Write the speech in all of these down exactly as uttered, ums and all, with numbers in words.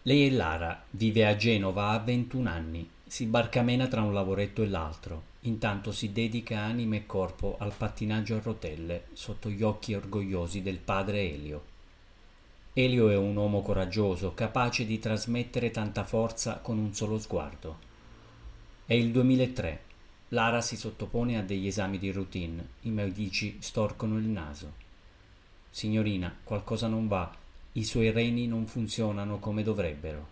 Lei è Lara, vive a Genova, ha ventuno anni, si barcamena tra un lavoretto e l'altro, intanto si dedica anima e corpo al pattinaggio a rotelle sotto gli occhi orgogliosi del padre Elio. Elio è un uomo coraggioso, capace di trasmettere tanta forza con un solo sguardo. È il duemilatré. Lara si sottopone a degli esami di routine, i medici storcono il naso. Signorina, qualcosa non va, i suoi reni non funzionano come dovrebbero.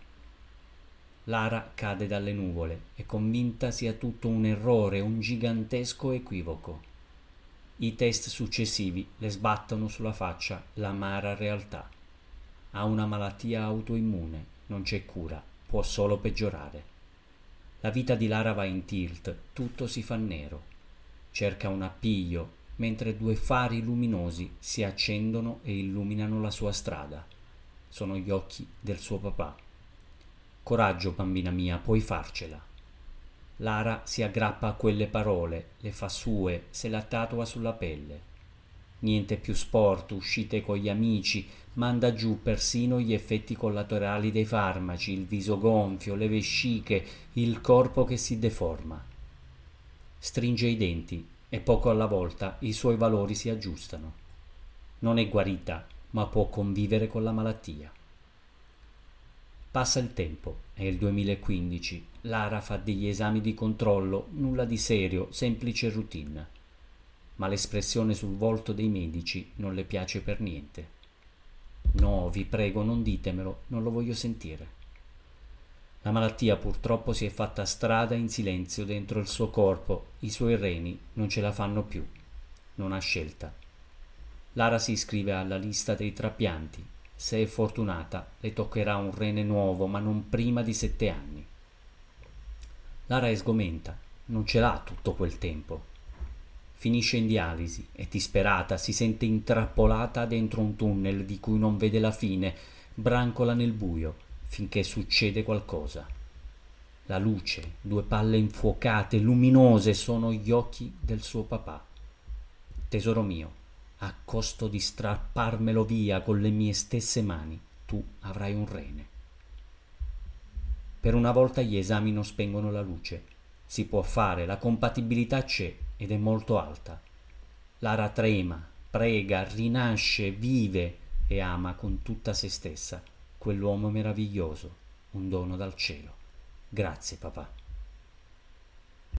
Lara cade dalle nuvole, è convinta sia tutto un errore, un gigantesco equivoco. I test successivi le sbattono sulla faccia l'amara realtà. Ha una malattia autoimmune, non c'è cura, può solo peggiorare. La vita di Lara va in tilt, tutto si fa nero. Cerca un appiglio, mentre due fari luminosi si accendono e illuminano la sua strada. Sono gli occhi del suo papà. Coraggio, bambina mia, puoi farcela. Lara si aggrappa a quelle parole, le fa sue, se la tatua sulla pelle. Niente più sport, uscite con gli amici, manda giù persino gli effetti collaterali dei farmaci, il viso gonfio, le vesciche, il corpo che si deforma. Stringe i denti e poco alla volta i suoi valori si aggiustano. Non è guarita, ma può convivere con la malattia. Passa il tempo, è il duemilaquindici, Lara fa degli esami di controllo, nulla di serio, semplice routine. Ma l'espressione sul volto dei medici non le piace per niente. No, vi prego, non ditemelo, non lo voglio sentire. La malattia purtroppo si è fatta strada in silenzio dentro il suo corpo, i suoi reni non ce la fanno più, non ha scelta. Lara si iscrive alla lista dei trapianti. Se è fortunata, le toccherà un rene nuovo, ma non prima di sette anni. Lara è sgomenta, non ce l'ha tutto quel tempo. Finisce in dialisi, è disperata, si sente intrappolata dentro un tunnel di cui non vede la fine, brancola nel buio, finché succede qualcosa. La luce, due palle infuocate, luminose, sono gli occhi del suo papà. Tesoro mio, a costo di strapparmelo via con le mie stesse mani, tu avrai un rene. Per una volta gli esami non spengono la luce. Si può fare, la compatibilità c'è ed è molto alta. Lara trema, prega, rinasce, vive e ama con tutta se stessa quell'uomo meraviglioso, un dono dal cielo. Grazie papà.